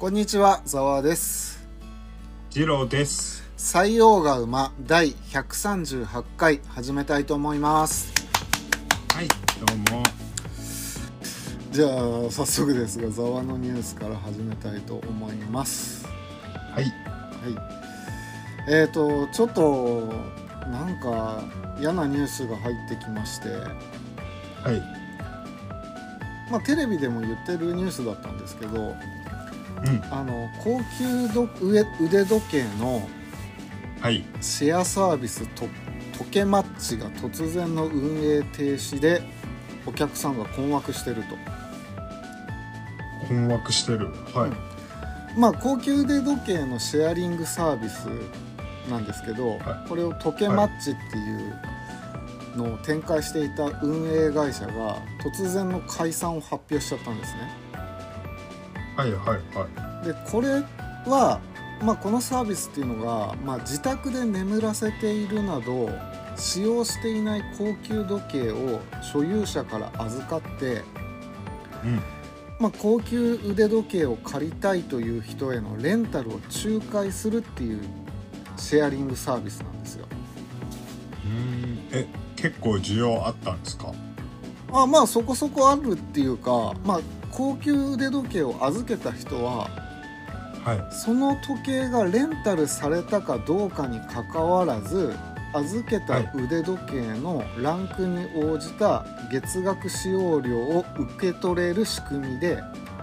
こんにちは、ざわです。 次郎です。 採用が馬第138回始めたいと思います。 はい、どうも。 じゃあ早速ですが、ざわのニュースから始めたいと思います。 はい。 はい。ちょっとなんか嫌なニュースが入ってきまして、 はい。 テレビでも言ってるニュースだったんですけど、高級腕時計のシェアサービス時計マッチが突然の運営停止でお客さんが困惑してると。 困惑してる。はい。 高級腕時計のシェアリングサービスなんですけど、これを時計マッチっていうのを展開していた運営会社が突然の解散を発表しちゃったんですね。でこれは、このサービスっていうのが、自宅で眠らせているなど使用していない高級時計を所有者から預かって、高級腕時計を借りたいという人へのレンタルを仲介するっていうシェアリングサービスなんですよ。 結構需要あったんですか？ そこそこあるっていうか、高級腕時計を預けた人は、その時計がレンタルされたかどうかにかかわらず、預けた腕時計のランクに応じた月額使用料を受け取れる仕組みで、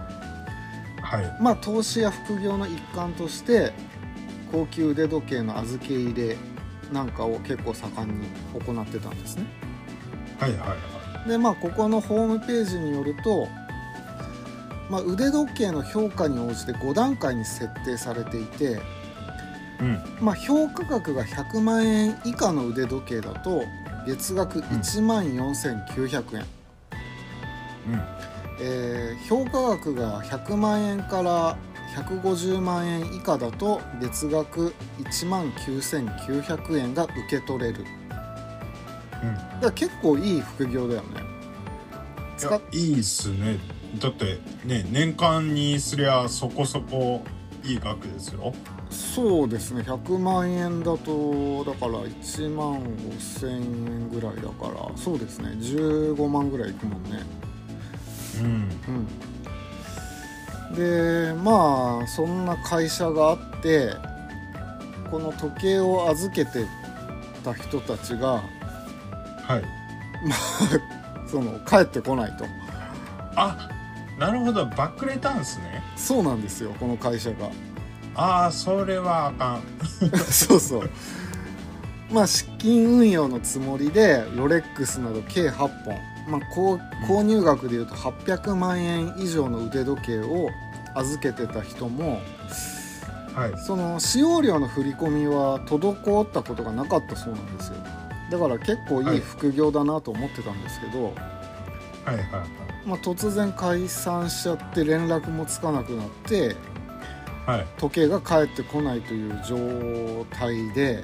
投資や副業の一環として高級腕時計の預け入れなんかを結構盛んに行ってたんですね。でここのホームページによると、腕時計の評価に応じて5段階に設定されていて、評価額が100万円以下の腕時計だと月額14,900円、評価額が100万円から150万円以下だと月額19,900円が受け取れる。だから結構いい副業だよね。 いいっすね。だってね、年間にすりゃそこそこいい額ですよ。 そうですね。100万円だとだから1万5,000円ぐらいだから、そうですね、15万ぐらいいくもんね。でそんな会社があって、この時計を預けてた人たちが帰ってこないと。 なるほど、バックレたんすね。 そうなんですよ、この会社が。 それはあかんそう資金運用のつもりでロレックスなど計8本、購入額でいうと800万円以上の腕時計を預けてた人も、その使用料の振り込みは滞ったことがなかったそうなんですよ。だから結構いい副業だなと思ってたんですけど、突然解散しちゃって連絡もつかなくなって、時計が返ってこないという状態で、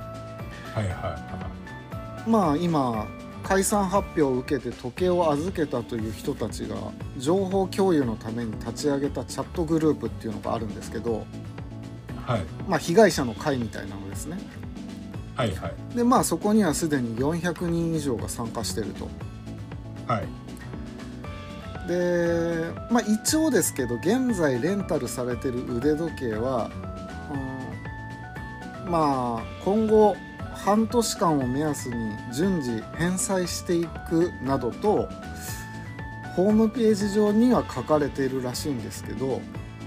今解散発表を受けて時計を預けたという人たちが情報共有のために立ち上げたチャットグループっていうのがあるんですけど、被害者の会みたいなのですね。でそこにはすでに400人以上が参加してると。で一応ですけど、現在レンタルされてる腕時計は、今後半年間を目安に順次返済していくなどとホームページ上には書かれているらしいんですけど、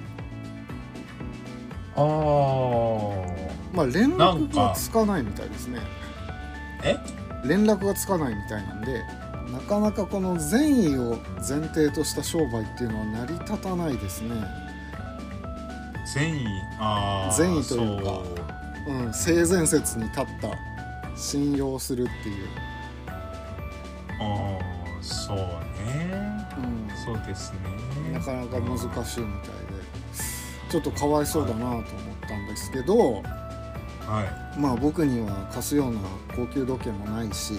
連絡がつかないみたいですね。連絡がつかないみたいなんで、なかなかこの善意を前提とした商売っていうのは成り立たないですね。善意というか、性善説に立った信用するっていう。 そうね。そうですね。 なかなか難しいみたいで、ちょっとかわいそうだなと思ったんですけど、僕には貸すような高級時計もないし。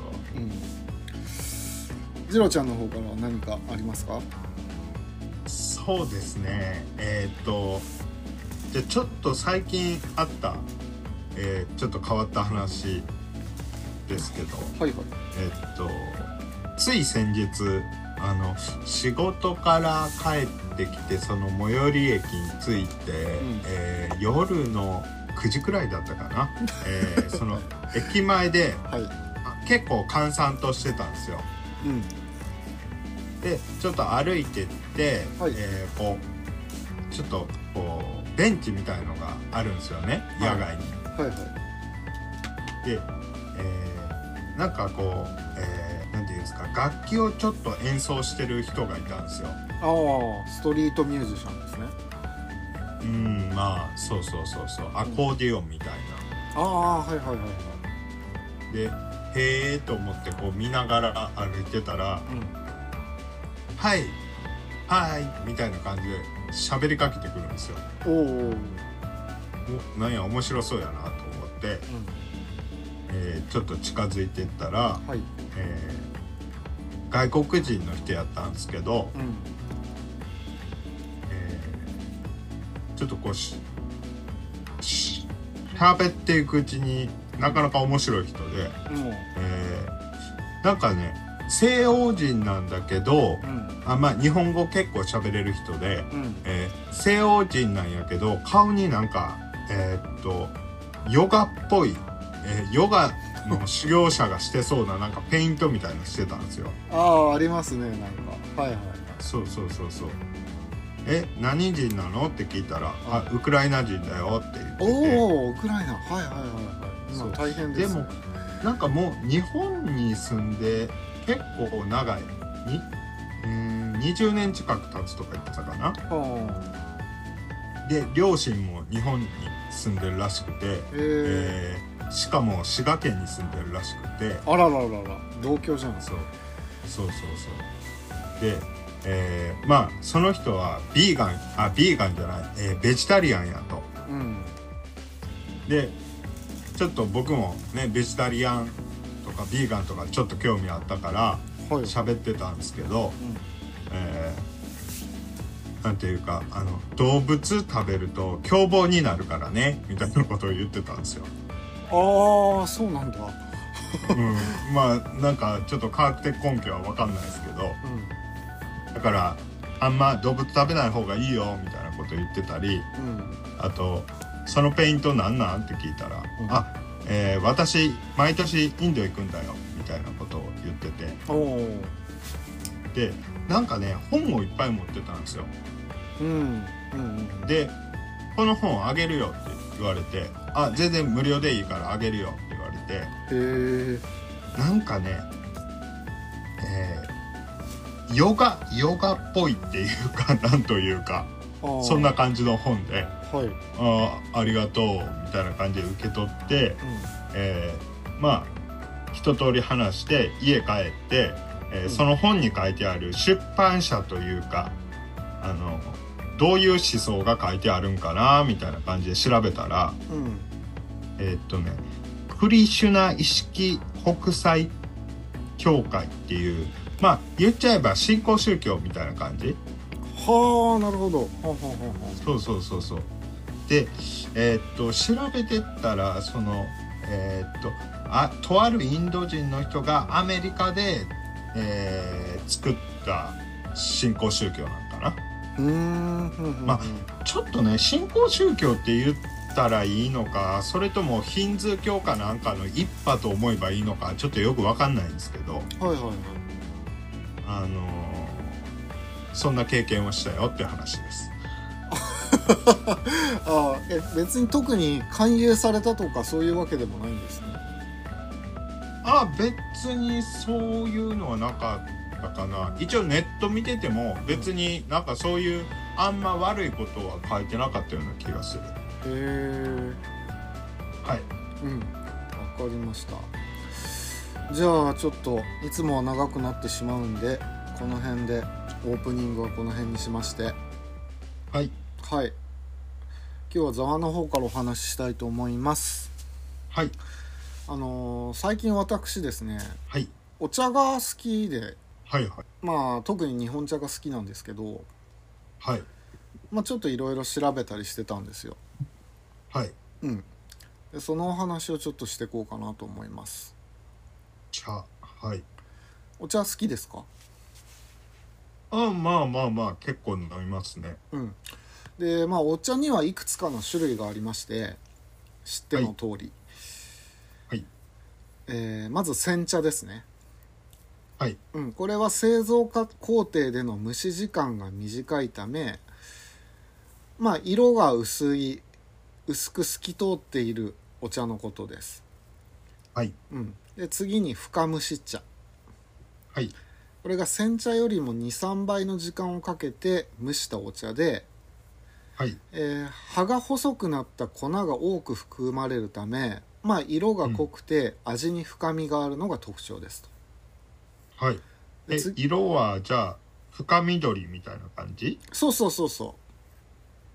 次郎ちゃんの方から何かありますか？ 最そうですね。じゃあちょっと最近あった、ちょっと変わった話ですけど、 はいはい。 つい先日仕事から帰ってきて、その最寄り駅に着いて、夜の9時くらいだったかな、その駅前で、はい、結構閑散としてたんですよ。でちょっと歩いてって、はい、こうちょっとこうベンチみたいのがあるんですよね、野外に。はいはい、で、なんかこう、なんていうんですか、楽器をちょっと演奏してる人がいたんですよ。ああ、ストリートミュージシャンですね。 まあそうアコーディオンみたいな。 はいはいはいはい。 でへえと思ってこう見ながら歩いてたら、はいはいみたいな感じで喋りかけてくるんですよ。なんや面白そうやなと思って、ちょっと近づいていったら、はい、外国人の人やったんですけど、ちょっとこう喋っていくうちになかなか面白い人で、なんかね西欧人なんだけど、まあ日本語結構喋れる人で、西欧人なんやけど顔になんかヨガっぽい、ヨガの修行者がしてそうななんかペイントみたいなのしてたんですよ。 ありますね、なんか。はいはい。 そう何人なのって聞いたら、ウクライナ人だよって言ってて。 ウクライナ、はいはいはいはい。今大変です。 でもなんかもう日本に住んで結構長い20年近く経つとか言ってたかな。で両親も日本に住んでるらしくて、しかも滋賀県に住んでるらしくて。 あらららら、同居じゃん。 そうで、まあその人はビーガンじゃない、ベジタリアンやと。でちょっと僕もねベジタリアンとかビーガンとかちょっと興味あったから喋ってたんですけど、なんていうか動物食べると凶暴になるからねみたいなことを言ってたんですよ。 そうなんだ。 まあなんかちょっと科学的根拠は分かんないですけど、だからあんま動物食べない方がいいよみたいなこと言ってたり、あとそのペイントなんなんって聞いたら、私毎年インド行くんだよみたいなことを言ってて、でなんかね本をいっぱい持ってたんですよ。でこの本あげるよって言われて、全然無料でいいからあげるよって言われて、なんかね、ヨガっぽいっていうかなんというかそんな感じの本で、ありがとうみたいな感じで受け取って、まあ一通り話して家帰って、その本に書いてある出版社というかどういう思想が書いてあるんかなみたいな感じで調べたら、クリシュナ意識北斎教会っていう、まあ言っちゃえば新興宗教みたいな感じ。 なるほど。 そうで調べてったらそのとあるインド人の人がアメリカで、作った新興宗教なんかな。まあちょっとね新興宗教って言ったらいいのか、それともヒンズー教かなんかの一派と思えばいいのかちょっとよく分かんないんですけど、そんな経験をしたよっていう話です。 別に特に勧誘されたとかそういうわけでもないんですね。 別にそういうのはなかったかな。一応ネット見てても別になんかそういうあんま悪いことは書いてなかったような気がする。はい。わかりました。じゃあちょっといつもは長くなってしまうんでこの辺でオープニングはこの辺にしまして、 はい、 今日はザワの方からお話ししたいと思います。最近私ですね、お茶が好きで、まあ特に日本茶が好きなんですけど、 はい。 ちょっといろいろ調べたりしてたんですよ。 はい。 でそのお話をちょっとしていこうかなと思います。 茶。はい。 お茶好きですか？ まあ結構飲みますね。 でお茶にはいくつかの種類がありまして、知っての通り、 はい。 まず煎茶ですね。 はい。 これは製造工程での蒸し時間が短いため、色が薄く透き通っているお茶のことです。 はい。 で次に深蒸し茶。 はい。 これが煎茶よりも 2,3 倍の時間をかけて蒸したお茶で、 はい。 葉が細くなった粉が多く含まれるため、色が濃くて味に深みがあるのが特徴ですと。 はい。色はじゃあ深緑みたいな感じ？ そうそうそうそう。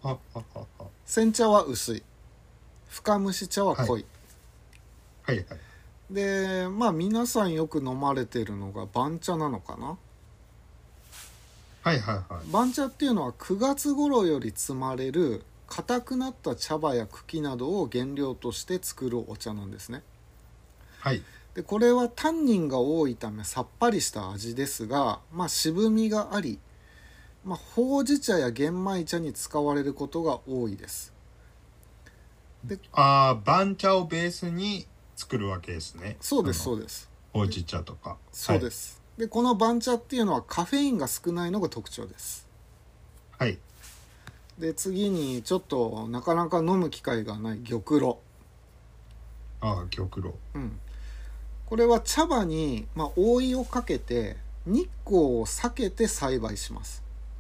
煎茶は薄い、深蒸し茶は濃い。 はいはいはい。 で皆さんよく飲まれているのが番茶なのかな。 はいはいはい。 番茶っていうのは9月頃より摘まれる硬くなった茶葉や茎などを原料として作るお茶なんですね。 はい。 でこれはタンニンが多いためさっぱりした味ですが、渋みがあり、ほうじ茶や玄米茶に使われることが多いです。 で番茶をベースに作るわけですね。 そうですそうです。 ほうじ茶とか。 そうです、はい、でこの番茶っていうのはカフェインが少ないのが特徴です。 はい。 で次にちょっとなかなか飲む機会がない玉露。 玉露。 これは茶葉に、覆いをかけて日光を避けて栽培します。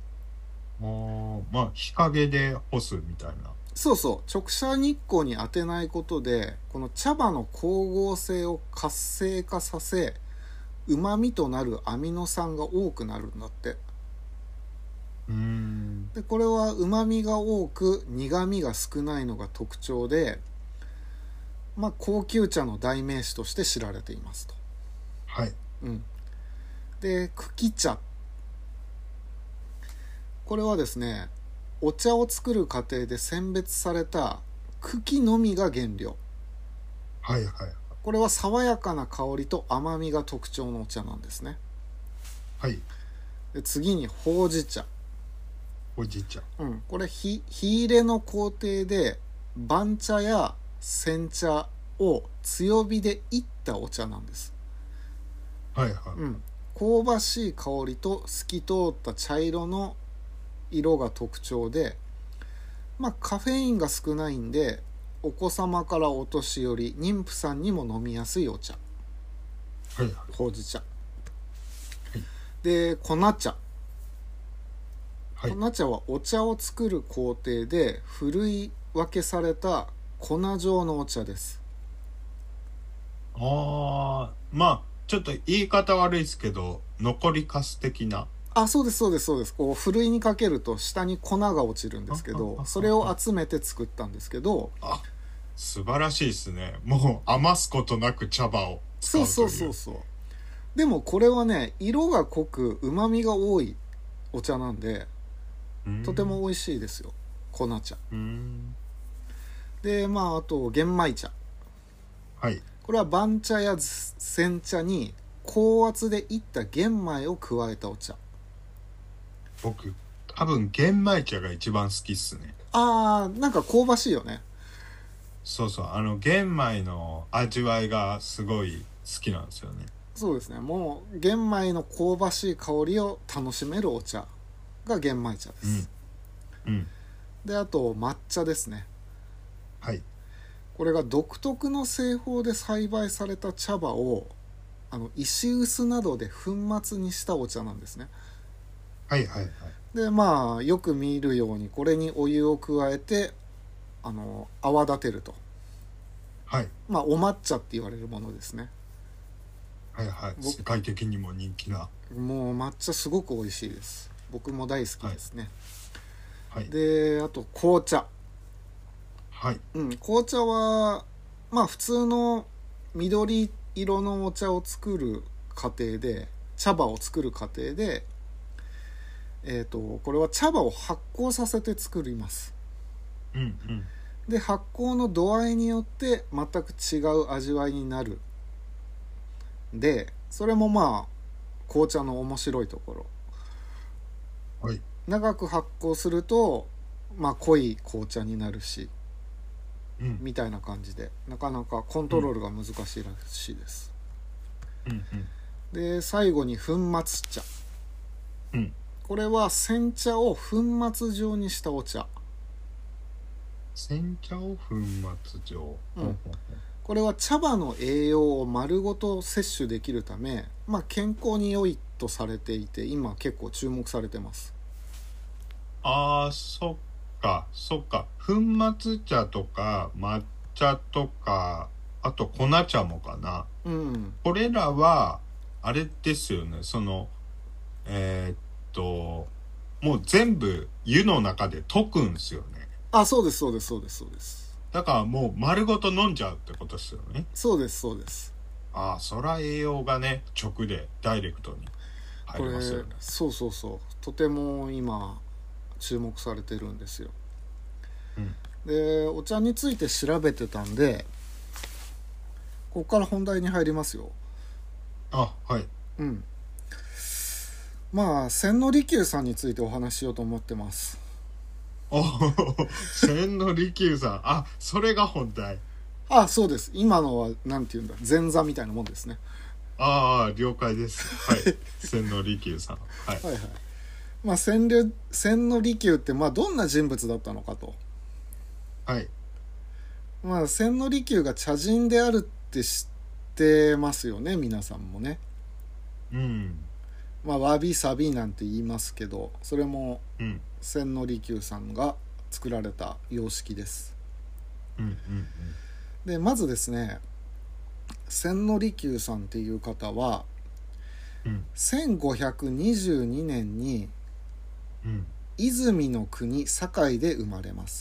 日陰で干すみたいな。 そうそう、直射日光に当てないことでこの茶葉の光合成を活性化させ、旨味となるアミノ酸が多くなるんだって。でこれは旨味が多く苦味が少ないのが特徴で、高級茶の代名詞として知られていますと。 はい。 で茎茶、これはですね、お茶を作る過程で選別された茎のみが原料。 はいはい。 これは爽やかな香りと甘みが特徴のお茶なんですね。 はい。 で次にほうじ茶。 ほうじ茶。 これ火入れの工程で番茶や煎茶を強火で煎ったお茶なんです。 はいはい。 香ばしい香りと透き通った茶色の色が特徴で、カフェインが少ないんでお子様からお年寄り、妊婦さんにも飲みやすいお茶。 はい。 ほうじ茶。で粉茶。粉茶はお茶を作る工程でふるい分けされた粉状のお茶です。 ちょっと言い方悪いですけど、残りかす的な。 そうですそうですそうです。こうふるいにかけると下に粉が落ちるんですけど、それを集めて作ったんですけど。 素晴らしいですね。もう余すことなく茶葉を使うという。 そうでもこれはね、色が濃く旨味が多いお茶なんで、とても美味しいですよ、粉茶。であと玄米茶。 はい。 これは番茶や煎茶に高圧でいった玄米を加えたお茶。 僕多分玄米茶が一番好きっすね。 なんか香ばしいよね。 そう玄米の味わいがすごい好きなんですよね。 そうですね、もう玄米の香ばしい香りを楽しめるお茶が玄米茶です。であと抹茶ですね。 はい。 これが独特の製法で栽培された茶葉を石臼などで粉末にしたお茶なんですね。 はいはいはい。 でよく見るようにこれにお湯を加えて泡立てると。 はい。 お抹茶って言われるものですね。 はいはい。世界的にも人気な。 もう抹茶すごく美味しいです。僕も大好きですね。 はい。 であと紅茶。 はい。 紅茶は普通の緑色のお茶を作る過程で、茶葉を作る過程で、 これは茶葉を発酵させて作ります。 うんうん。 で発酵の度合いによって全く違う味わいになる。でそれもまあ紅茶の面白いところ。 はい。 長く発酵すると、まあ、濃い紅茶になるし、みたいな感じでなかなかコントロールが難しいらしいです。で最後に粉末茶、これは煎茶を粉末状にしたお茶。 煎茶を粉末状、 これは茶葉の栄養を丸ごと摂取できるため、まあ、健康に良いとされていて今結構注目されてます。 ああ、そっかそっか。粉末茶とか抹茶とかあと粉茶もかな、これらはあれですよね、そのもう全部湯の中で溶くんですよね。 あ、そうですそうですそうですそうです。 だからもう丸ごと飲んじゃうってことですよね。 そうですそうです。 ああ、そら栄養がね直でダイレクトに入りますよね。 そうそうそう、とても今注目されてるんですよ。でお茶について調べてたんでここから本題に入りますよ。 あ、はい。 まあ千利休さんについてお話ししようと思ってます。 千利休さん、あ、それが本題。 あ、そうです。今のはなんていうんだ、前座みたいなもんですね。 ああ、了解です。はい。千利休さん、はい、 はいはい。まあ千利休ってまあどんな人物だったのかと。 はい。 まあ千利休が茶人であるって知ってますよね、皆さんもね。まあわびさびなんて言いますけど、それも千利休さんが作られた様式です。でまずですね、千利休さんっていう方は、1522年に泉の国堺で生まれます。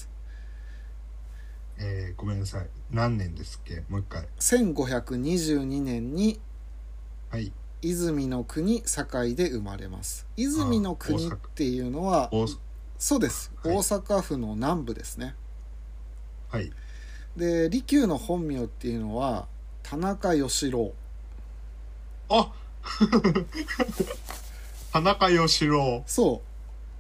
ごめんなさい、何年ですっけ、もう一回。 1522年に泉の国堺で生まれます。泉の国っていうのはそうです、大阪府の南部ですね。 はい。 で利休の本名っていうのは田中義郎。 あ田中義郎。 そう、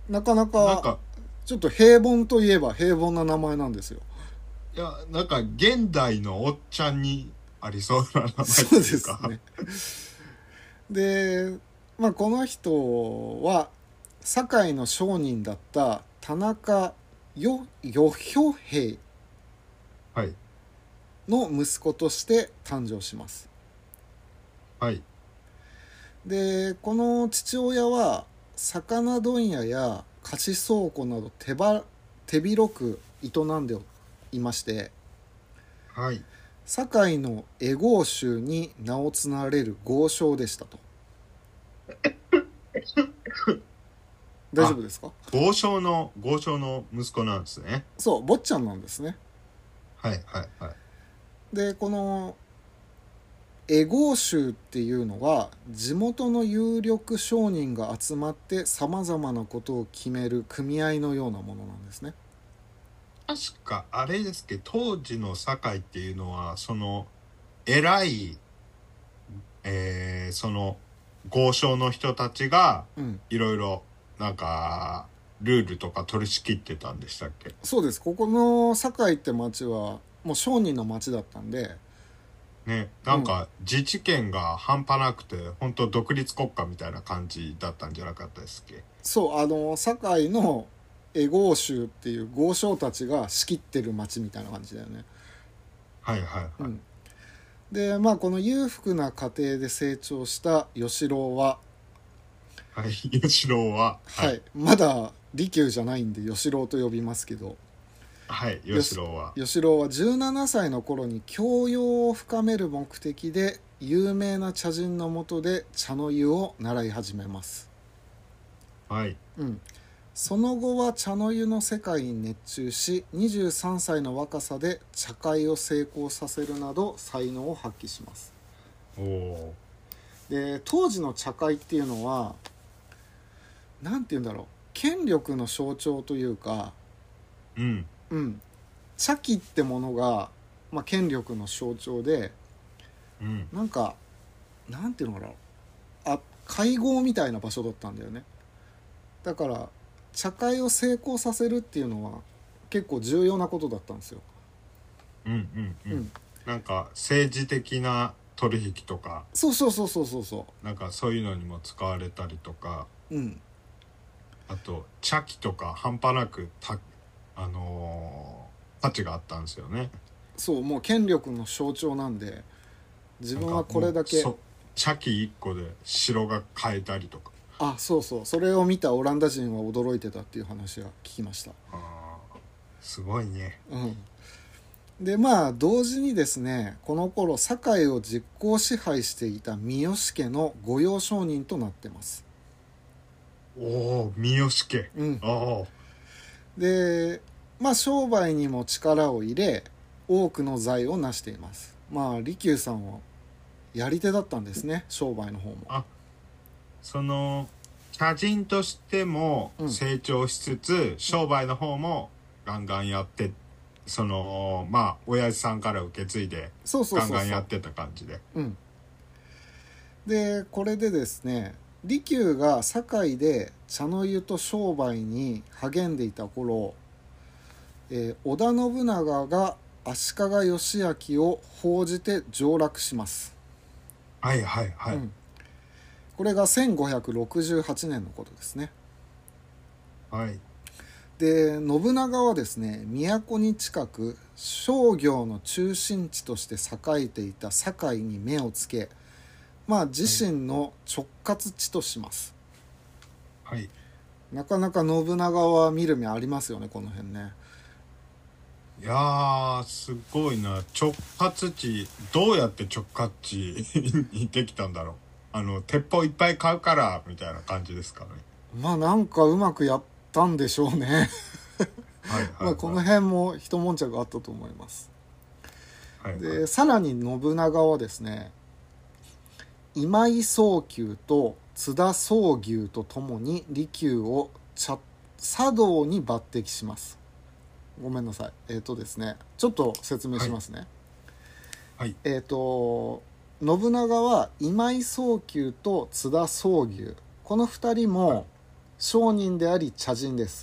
なかなかちょっと平凡といえば平凡な名前なんですよ。 いや、なんか現代のおっちゃんにありそうな名前というか。 そうですね。で、まあ、この人は堺の商人だった田中与兵衛の息子として誕生します。 はい。 でこの父親は魚問屋や貸し倉庫など手広く営んでいまして、 はい、 堺の会合衆に名を連ねる豪商でしたと。大丈夫ですか？ 豪商の息子なんですね。 そう、坊ちゃんなんですね。 はいはいはい。 でこの会合衆っていうのは地元の有力商人が集まってさまざまなことを決める組合のようなものなんですね。 確かあれですけど、当時の堺っていうのはその偉い、その豪商の人たちがいろいろなんかルールとか取り仕切ってたんでしたっけ？ そうです。ここの堺って町はもう商人の町だったんでね、なんか自治権が半端なくて、本当独立国家みたいな感じだったんじゃなかったですっけ？ そう、堺の会合衆っていう豪商たちが仕切ってる町みたいな感じだよね。 はいはいはい。 でまあこの裕福な家庭で成長した義郎は、 はい、義郎は、 はい、まだ利休じゃないんで義郎と呼びますけど、 はい、義郎は 17歳の頃に教養を深める目的で有名な茶人の下で茶の湯を習い始めます。 はい、 その後は茶の湯の世界に熱中し23歳の若さで茶会を成功させるなど才能を発揮します。で当時の茶会っていうのはなんて言うんだろ権力の象徴というか、 うんうん、茶器ってものが、権力の象徴で、なんかなんていうのかな、会合みたいな場所だったんだよね。だから茶会を成功させるっていうのは結構重要なことだったんですよ。 なんか政治的な取引とか、 そうなんかそういうのにも使われたりとか、あと茶器とか半端なく価値があったんですよね。 そう、もう権力の象徴なんで、自分はこれだけ茶器1個で城が買えたりとか。 そうそれを見たオランダ人は驚いてたっていう話が聞きました。 すごいね。 で同時にですね、この頃堺を実効支配していた三好家の御用商人となってます。 三好家。 で商売にも力を入れ多くの財を成しています。利休さんはやり手だったんですね、商売の方も。 その茶人としても成長しつつ、商売の方もガンガンやって、親父さんから受け継いでガンガンやってた感じで。 でこれでですね、利休が堺で茶の湯と商売に励んでいた頃、織田信長が足利義昭を奉じて上洛します。これが1568年のことですね。で信長はですね、都に近く商業の中心地として栄えていた堺に目をつけ、自身の直轄地とします。なかなか信長は見る目ありますよね、この辺ね。 いやー、すごいな。直轄地、どうやって直轄地にできたんだろう。鉄砲いっぱい買うからみたいな感じですかね。 なんかうまくやったんでしょうね。この辺も一悶着あったと思います。でさらに信長はですね、今井宗久と津田宗牛とともに利休を茶道に抜擢します。ごめんなさい。ですね、ちょっと説明しますね。信長は今井宗久と津田宗牛、この2人も商人であり茶人です。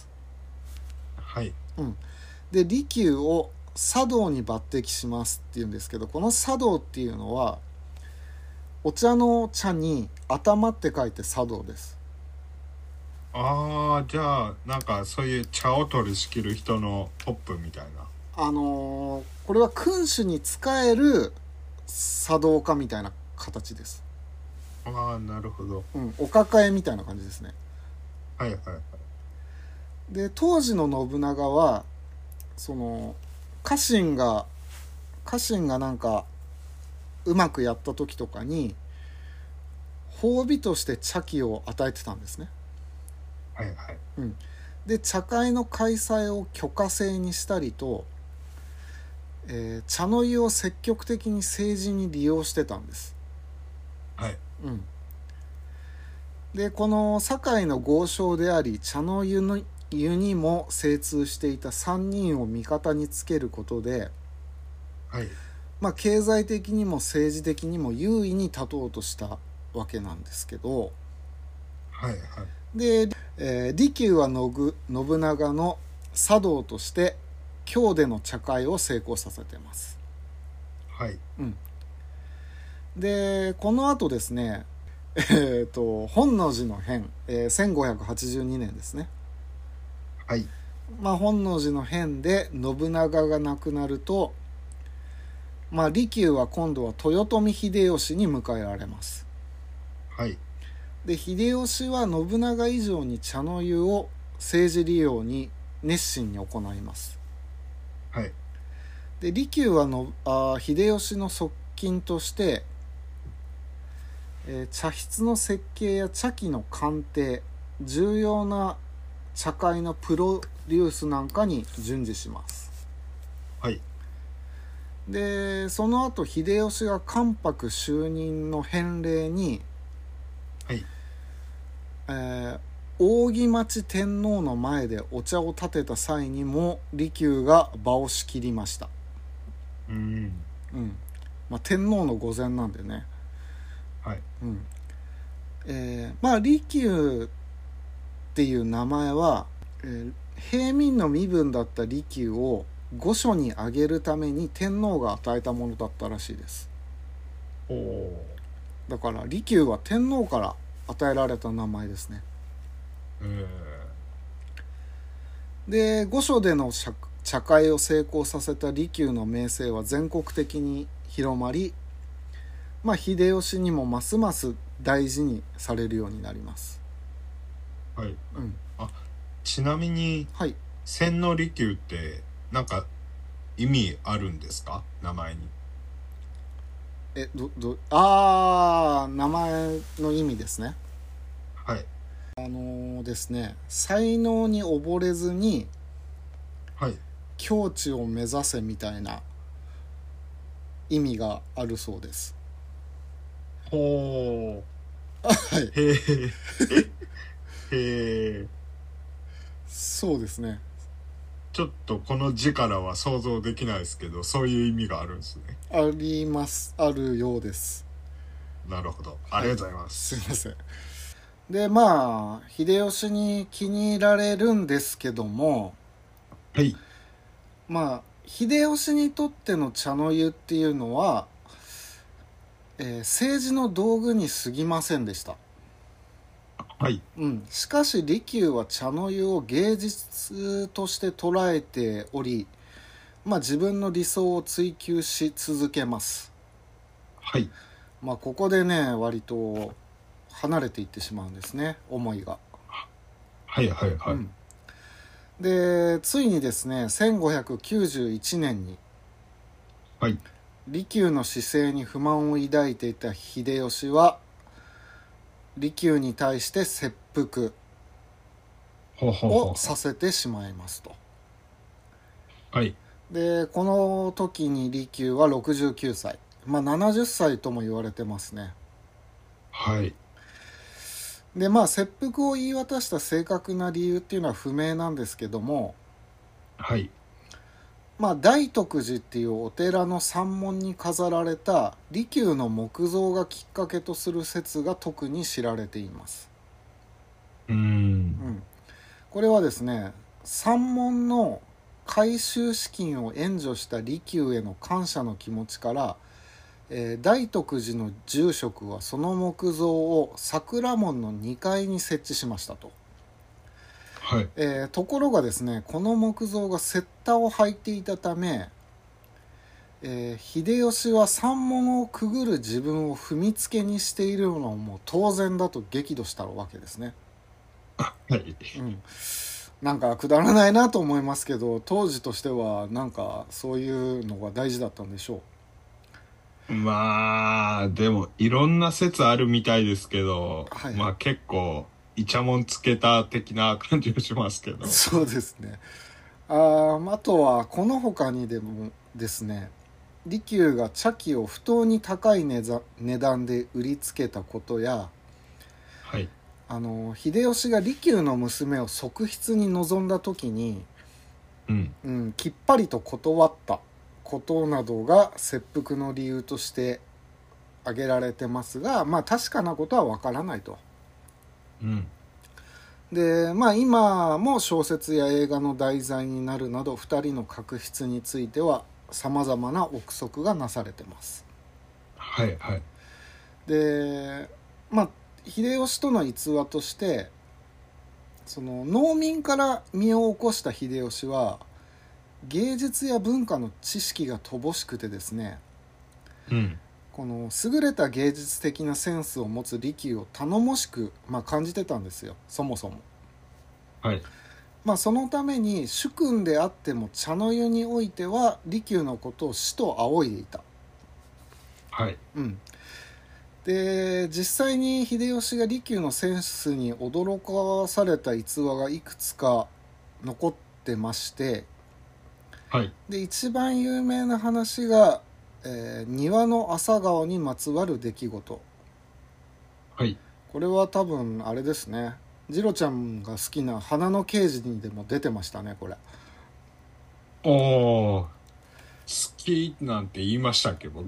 で利休を茶道に抜擢しますっていうんですけど、この茶道っていうのはお茶の茶に頭って書いて茶道です。 じゃあなんかそういう茶を取り仕切る人のトップみたいな。 これは君主に仕える茶道家みたいな形です。 なるほど。 お抱えみたいな感じですね。で当時の信長はその家臣がなんかうまくやった時とかに褒美として茶器を与えてたんですね。で茶会の開催を許可制にしたりと、茶の湯を積極的に政治に利用してたんです。でこの堺の豪商であり茶の湯にも精通していた3人を味方につけることで、経済的にも政治的にも優位に立とうとしたわけなんですけど、で、利休は信長の茶道として京での茶会を成功させてます。でこの後ですね、本能寺の変、1582年ですね。本能寺の変で信長が亡くなると、利休は今度は豊臣秀吉に迎えられます。で秀吉は信長以上に茶の湯を政治利用に熱心に行います。で利休は秀吉の側近として、茶室の設計や茶器の鑑定、重要な茶会のプロデュースなんかに従事します。でその後秀吉が関白就任の返礼に、 扇町天皇の前でお茶を立てた際にも利休が場を仕切りました。天皇の御前なんでね。利休っていう名前は、平民の身分だった利休を御所に上げるために天皇が与えたものだったらしいです。だから利休は天皇から与えられた名前ですね。で、御所での茶会を成功させた利休の名声は全国的に広まり、秀吉にもますます大事にされるようになります。 ちなみに、千利休ってなんか意味あるんですか、名前に。 名前の意味ですね。ですね、才能に溺れずに境地を目指せみたいな意味があるそうです。 へえ。 そうですね。 ちょっとこの字からは想像できないですけど、そういう意味があるんですね。 あります。あるようです。 なるほど。ありがとうございます。 すいません。で、秀吉に気に入られるんですけども、秀吉にとっての茶の湯っていうのは、政治の道具に過ぎませんでした。しかし利休は茶の湯を芸術として捉えており、自分の理想を追求し続けます。ここでね、割と離れていってしまうんですね、思いが。で、ついにですね、1591年に、利休の姿勢に不満を抱いていた秀吉は利休に対して切腹をさせてしまいますと。で、この時に利休は69歳、70歳とも言われてますね。で、切腹を言い渡した正確な理由っていうのは不明なんですけども、大徳寺っていうお寺の山門に飾られた利休の木像がきっかけとする説が特に知られています。これはですね、山門の改修資金を援助した利休への感謝の気持ちから、大徳寺の住職はその木像を桜門の2階に設置しましたと。ところがですね、この木像が雪駄を履いていたため、秀吉は山門をくぐる自分を踏みつけにしているのも当然だと激怒したわけですね。なんかくだらないなと思いますけど、当時としてはなんかそういうのが大事だったんでしょう。 でもいろんな説あるみたいですけど、結構イチャモンつけた的な感じがしますけど。 そうですね。あとはこの他にでもですね、利休が茶器を不当に高い値段で売りつけたことや、秀吉が利休の娘を側室に望んだ時に、きっぱりと断ったことなどが切腹の理由として挙げられてますが、確かなことは分からないと。で、今も小説や映画の題材になるなど2人の確執についてはさまざまな憶測がなされてます。で、秀吉との逸話として、その農民から身を起こした秀吉は芸術や文化の知識が乏しくてですね、この優れた芸術的なセンスを持つ利休を頼もしく、感じてたんですよ、そもそも。そのために主君であっても茶の湯においては利休のことを師と仰いでいた。で、実際に秀吉が利休のセンスに驚かされた逸話がいくつか残ってまして、で一番有名な話が、庭の朝顔にまつわる出来事。これは多分あれですね、 ジロちゃんが好きな花の刑事にでも出てましたねこれ。 おー、好きなんて言いましたっけ僕。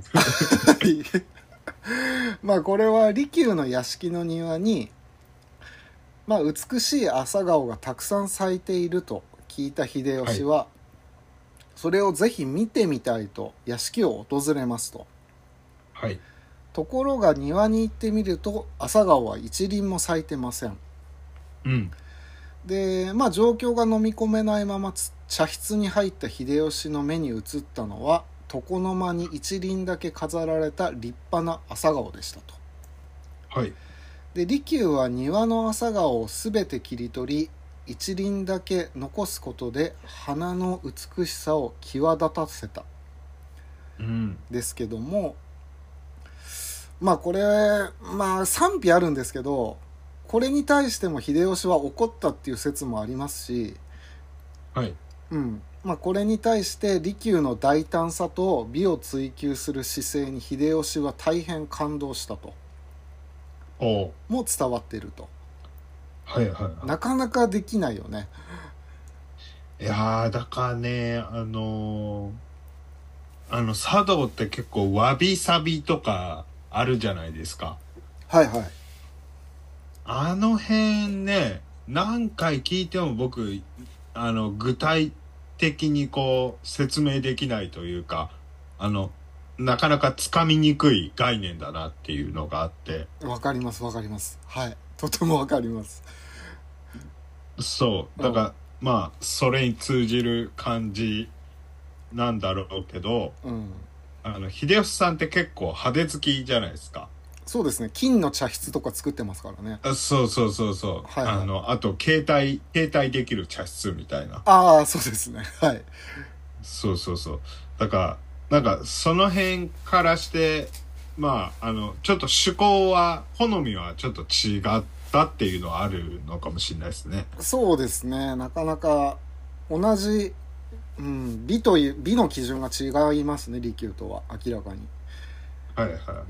まあこれは利休の屋敷の庭に、まあ、美しい朝顔がたくさん咲いていると聞いた秀吉は、それをぜひ見てみたいと屋敷を訪れますと。 はい。 ところが庭に行ってみると朝顔は一輪も咲いてません。 うん。 でまあ状況が飲み込めないまま茶室に入った秀吉の目に映ったのは床の間に一輪だけ飾られた立派な朝顔でしたと。 はい。 で利休は庭の朝顔をすべて切り取り一輪だけ残すことで花の美しさを際立たせた、ですけども、まあこれまあ賛否あるんですけど、これに対しても秀吉は怒ったっていう説もありますし、 はい。 まあこれに対して利休の大胆さと美を追求する姿勢に秀吉は大変感動したとも伝わっていると。 はいはいはい。 なかなかできないよね。 いやーだからね茶道って結構わびさびとかあるじゃないですか。 はいはい。 あの辺ね、何回聞いても僕具体的にこう説明できないというか、なかなかつかみにくい概念だなっていうのがあって。 わかりますわかります。はい、とてもわかります。 そうだから、まあそれに通じる感じなんだろうけど、秀吉さんって結構派手好きじゃないですか。 そうですね、金の茶室とか作ってますからね。 そうそうそうそう、はいはい、あと携帯できる茶室みたいな。 ああそうですね、はい。 そうそうそう、だからなんかその辺からしてまあちょっと趣向は好みはちょっと違ったっていうのはあるのかもしれないですね。 そうですね、なかなか同じ、美という美の基準が違いますね、利休とは明らかに。 はいはいはい、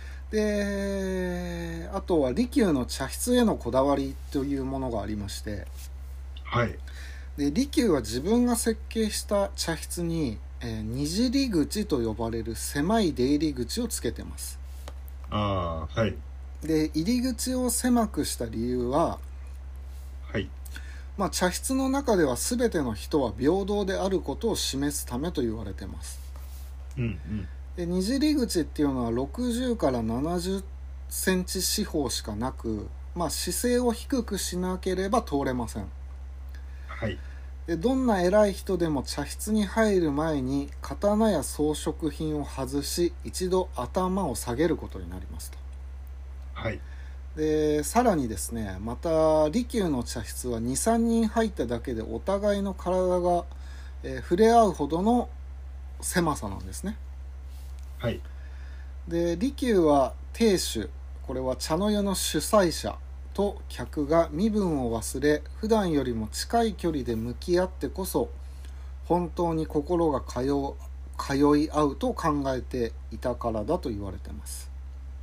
であとは利休の茶室へのこだわりというものがありまして、 はい、 で利休は自分が設計した茶室に、にじり口と呼ばれる狭い出入り口をつけてます。 ああはい。 で入り口を狭くした理由は、 はい、 まあ、茶室の中では全ての人は平等であることを示すためと言われてます。でにじり口っていうのは60から70センチ四方しかなく、まあ、姿勢を低くしなければ通れません。 はい、 でどんな偉い人でも茶室に入る前に刀や装飾品を外し一度頭を下げることになりますと。 はい、 でさらにですね、また利休の茶室は 2,3 人入っただけでお互いの体が、触れ合うほどの狭さなんですね。 はい、 で利休は亭主、これは茶の湯の主催者と客が身分を忘れ普段よりも近い距離で向き合ってこそ本当に心が通い合うと考えていたからだと言われてます。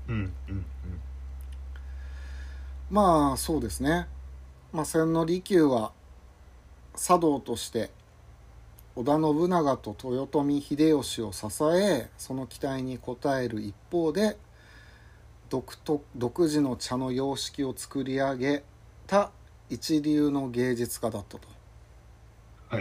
まあそうですね、千利休は茶道として織田信長と豊臣秀吉を支え、その期待に応える一方で独自の茶の様式を作り上げた一流の芸術家だったと。 はい、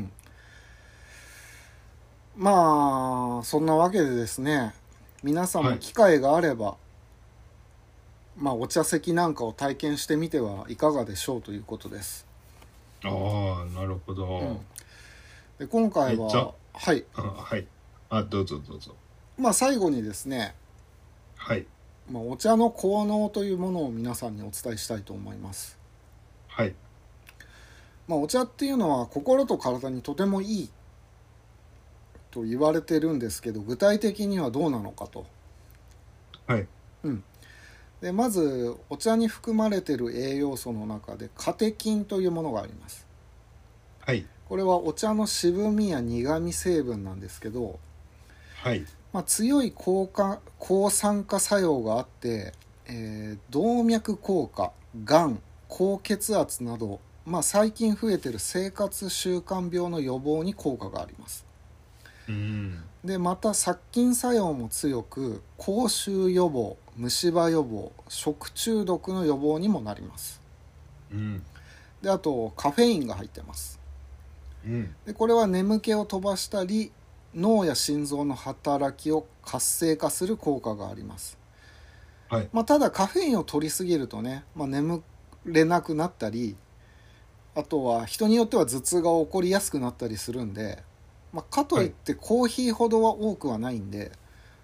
まあそんなわけでですね、皆さんも機会があれば、お茶席なんかを体験してみてはいかがでしょうということです。 ああなるほど、 で今回ははい、 どうぞどうぞ。 最後にですね、 はい、 お茶の効能というものを皆さんにお伝えしたいと思います。 はい、 お茶っていうのは心と体にとてもいいと言われてるんですけど、具体的にはどうなのかと。 はい、 でまずお茶に含まれている栄養素の中でカテキンというものがあります。 はい、 これはお茶の渋みや苦み成分なんですけど、 はい、 強い抗酸化作用があって、動脈硬化、がん、 高血圧など、最近増えてる生活習慣病の予防に効果があります。でまた殺菌作用も強く、口臭予防、虫歯予防、食中毒の予防にもなります。であとカフェインが入ってます。でこれは眠気を飛ばしたり、脳や心臓の働きを活性化する効果があります。ただカフェインを取りすぎるとね、眠れなくなったり、あとは人によっては頭痛が起こりやすくなったりするんで、かといってコーヒーほどは多くはないんで、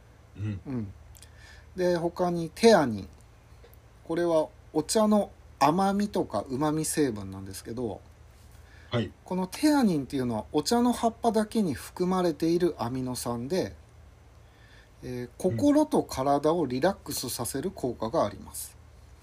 で他にテアニン、これはお茶の甘みとか旨味成分なんですけど、このテアニンっていうのはお茶の葉っぱだけに含まれているアミノ酸で、心と体をリラックスさせる効果があります。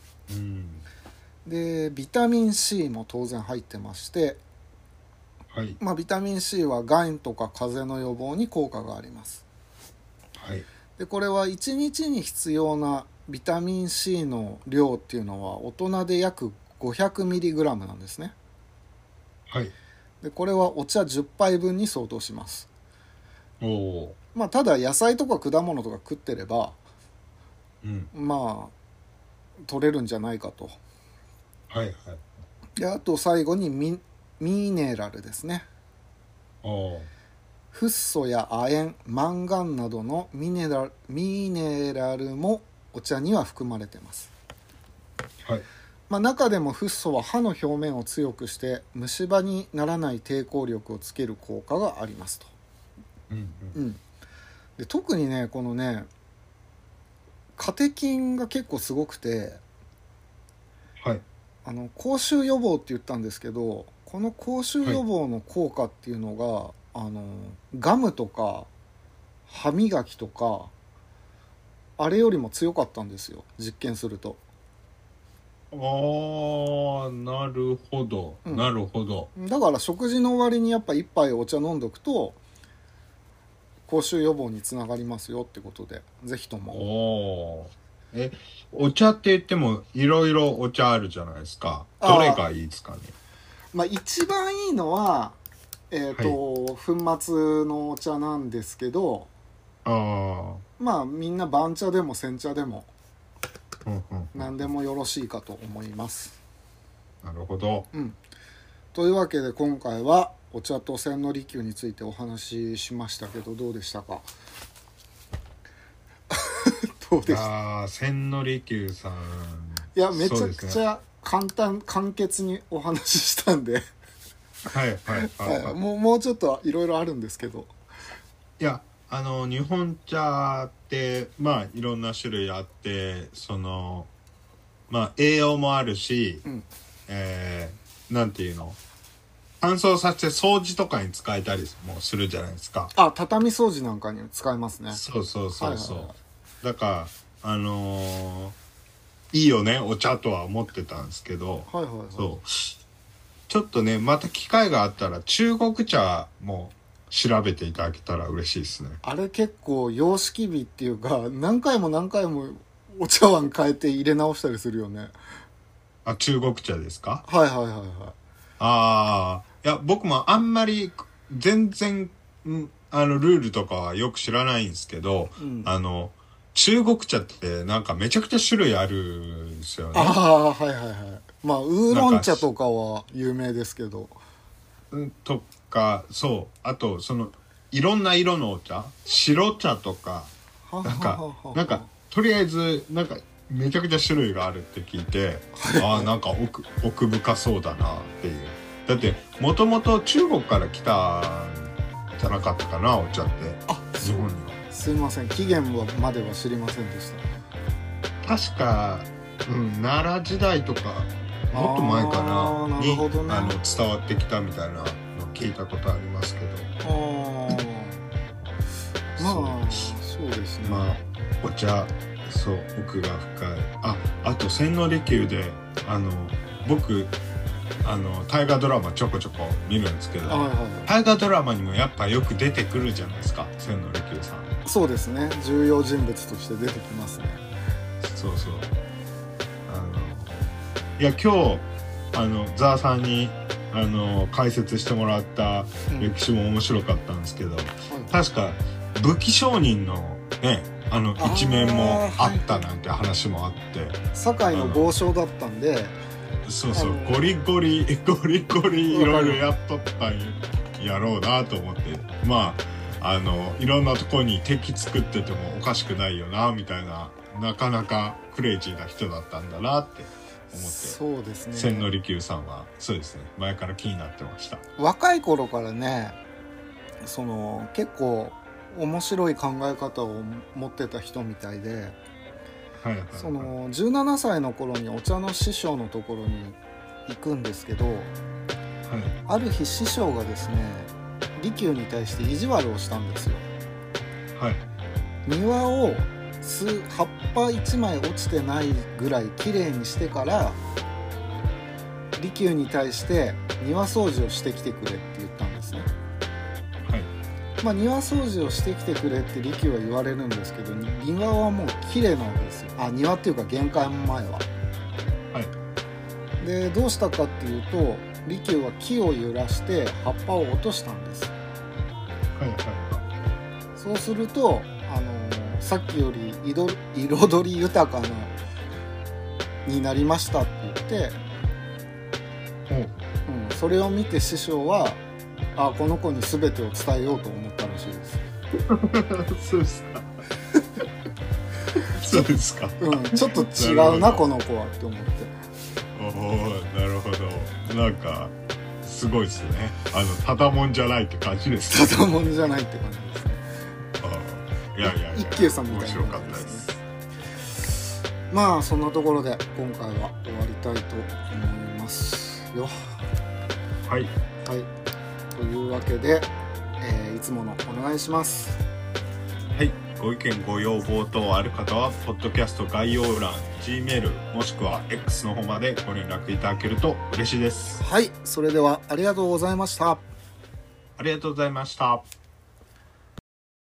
でビタミン C も当然入ってまして、ビタミン C はがんとか風邪の予防に効果があります。でこれは1日に必要なビタミン C の量っていうのは大人で約 500mg なんですね。でこれはお茶10杯分に相当します。ただ野菜とか果物とか食ってれば、取れるんじゃないかと。であと最後にミネラルですね。フッ素や亜鉛、マンガンなどのミネラルもお茶には含まれてます。中でもフッ素は歯の表面を強くして虫歯にならない抵抗力をつける効果がありますと。で特にねこのねカテキンが結構すごくて、口臭予防って言ったんですけど、この口臭予防の効果っていうのが、ガムとか歯磨きとかあれよりも強かったんですよ、実験すると。 なるほど、なるほど。 だから食事の終わりにやっぱ一杯お茶飲んどくと口臭予防につながりますよってことで、ぜひとも。 お茶って言ってもいろいろお茶あるじゃないですか。どれがいいですかね。 一番いいのは粉末のお茶なんですけど、みんな番茶でも煎茶でも何でもよろしいかと思います。 なるほど。 というわけで今回はお茶と千利休についてお話ししましたけど、どうでしたか？どうでした？ 千利休さん、 いやめちゃくちゃ簡潔にお話ししたんでもうちょっといろいろあるんですけど、 いや日本茶っていろんな種類あって、栄養もあるし、なんていうの、乾燥させて掃除とかに使えたりもするじゃないですか。 畳掃除なんかに使えますね。 そう、だからいいよねお茶とは思ってたんですけど、ちょっとねまた機会があったら中国茶も調べていただけたら嬉しいですね。 あれ結構様式美っていうか、何回もお茶碗変えて入れ直したりするよね。 中国茶ですか？いや僕もあんまり全然ルールとかはよく知らないんですけど、中国茶ってなんかめちゃくちゃ種類あるんですよね。 ウーロン茶とかは有名ですけど、 とかあといろんな色のお茶、白茶とかなんかとりあえずなんかめちゃくちゃ種類があるって聞いてなんか奥深そうだなっていう。だってもともと中国から来たんじゃなかったかなお茶って。日本には。 すいません、起源までは知りませんでした。 確か、奈良時代とかもっと前かなに伝わってきたみたいなの聞いたことありますけど。 そうですね。 お茶奥が深い。あと千利休で僕大河ドラマちょこちょこ見るんですけど、大河ドラマにもやっぱよく出てくるじゃないですか、千利休さん。 そうですね、重要人物として出てきますね。 いや今日ザーさんに解説してもらった歴史も面白かったんですけど、確か武器商人のね一面もあったなんて話もあって、 堺の豪商だったんで、 そうそう、ゴリゴリいろいろやっとったんやろうなと思って、まあいろんなとこに敵作っててもおかしくないよなみたいな、なかなかクレイジーな人だったんだなって思って、 そうですね、 千利休さんはそうですね、前から気になってました。 若い頃からね、結構面白い考え方を持ってた人みたいで、 はいはいはい、 17歳の頃にお茶の師匠のところに行くんですけど、はい、ある日師匠がですね、利休に対して意地悪をしたんですよ。はい、庭を葉っぱ1枚落ちてないぐらいきれいにしてから利休に対して庭掃除をしてきてくれって言ったんですね。はい、庭掃除をしてきてくれって利休は言われるんですけど、庭はもうきれいなわけですよ。庭っていうか玄関前は。はい、でどうしたかっていうと、利休は木を揺らして葉っぱを落としたんです。はいはい、そうするとさっきより彩り豊かなになりましたって言って、それを見て師匠はこの子に全てを伝えようと思ったらしいです。 そうですか。そうですか。 ちょっと違うなこの子はって思って。 なるほど。なんかすごいですね。ただもんじゃないって感じですね。 ただもんじゃないって感じですね。 いや一休さんみたいな、 面白かったです。 まあそんなところで今回は終わりたいと思いますよ。 はい、 はい、というわけで、いつものお願いします。 はい、ご意見ご要望等ある方はポッドキャスト概要欄、 Gmail もしくは X の方までご連絡いただけると嬉しいです。 はい、それではありがとうございました。 ありがとうございました。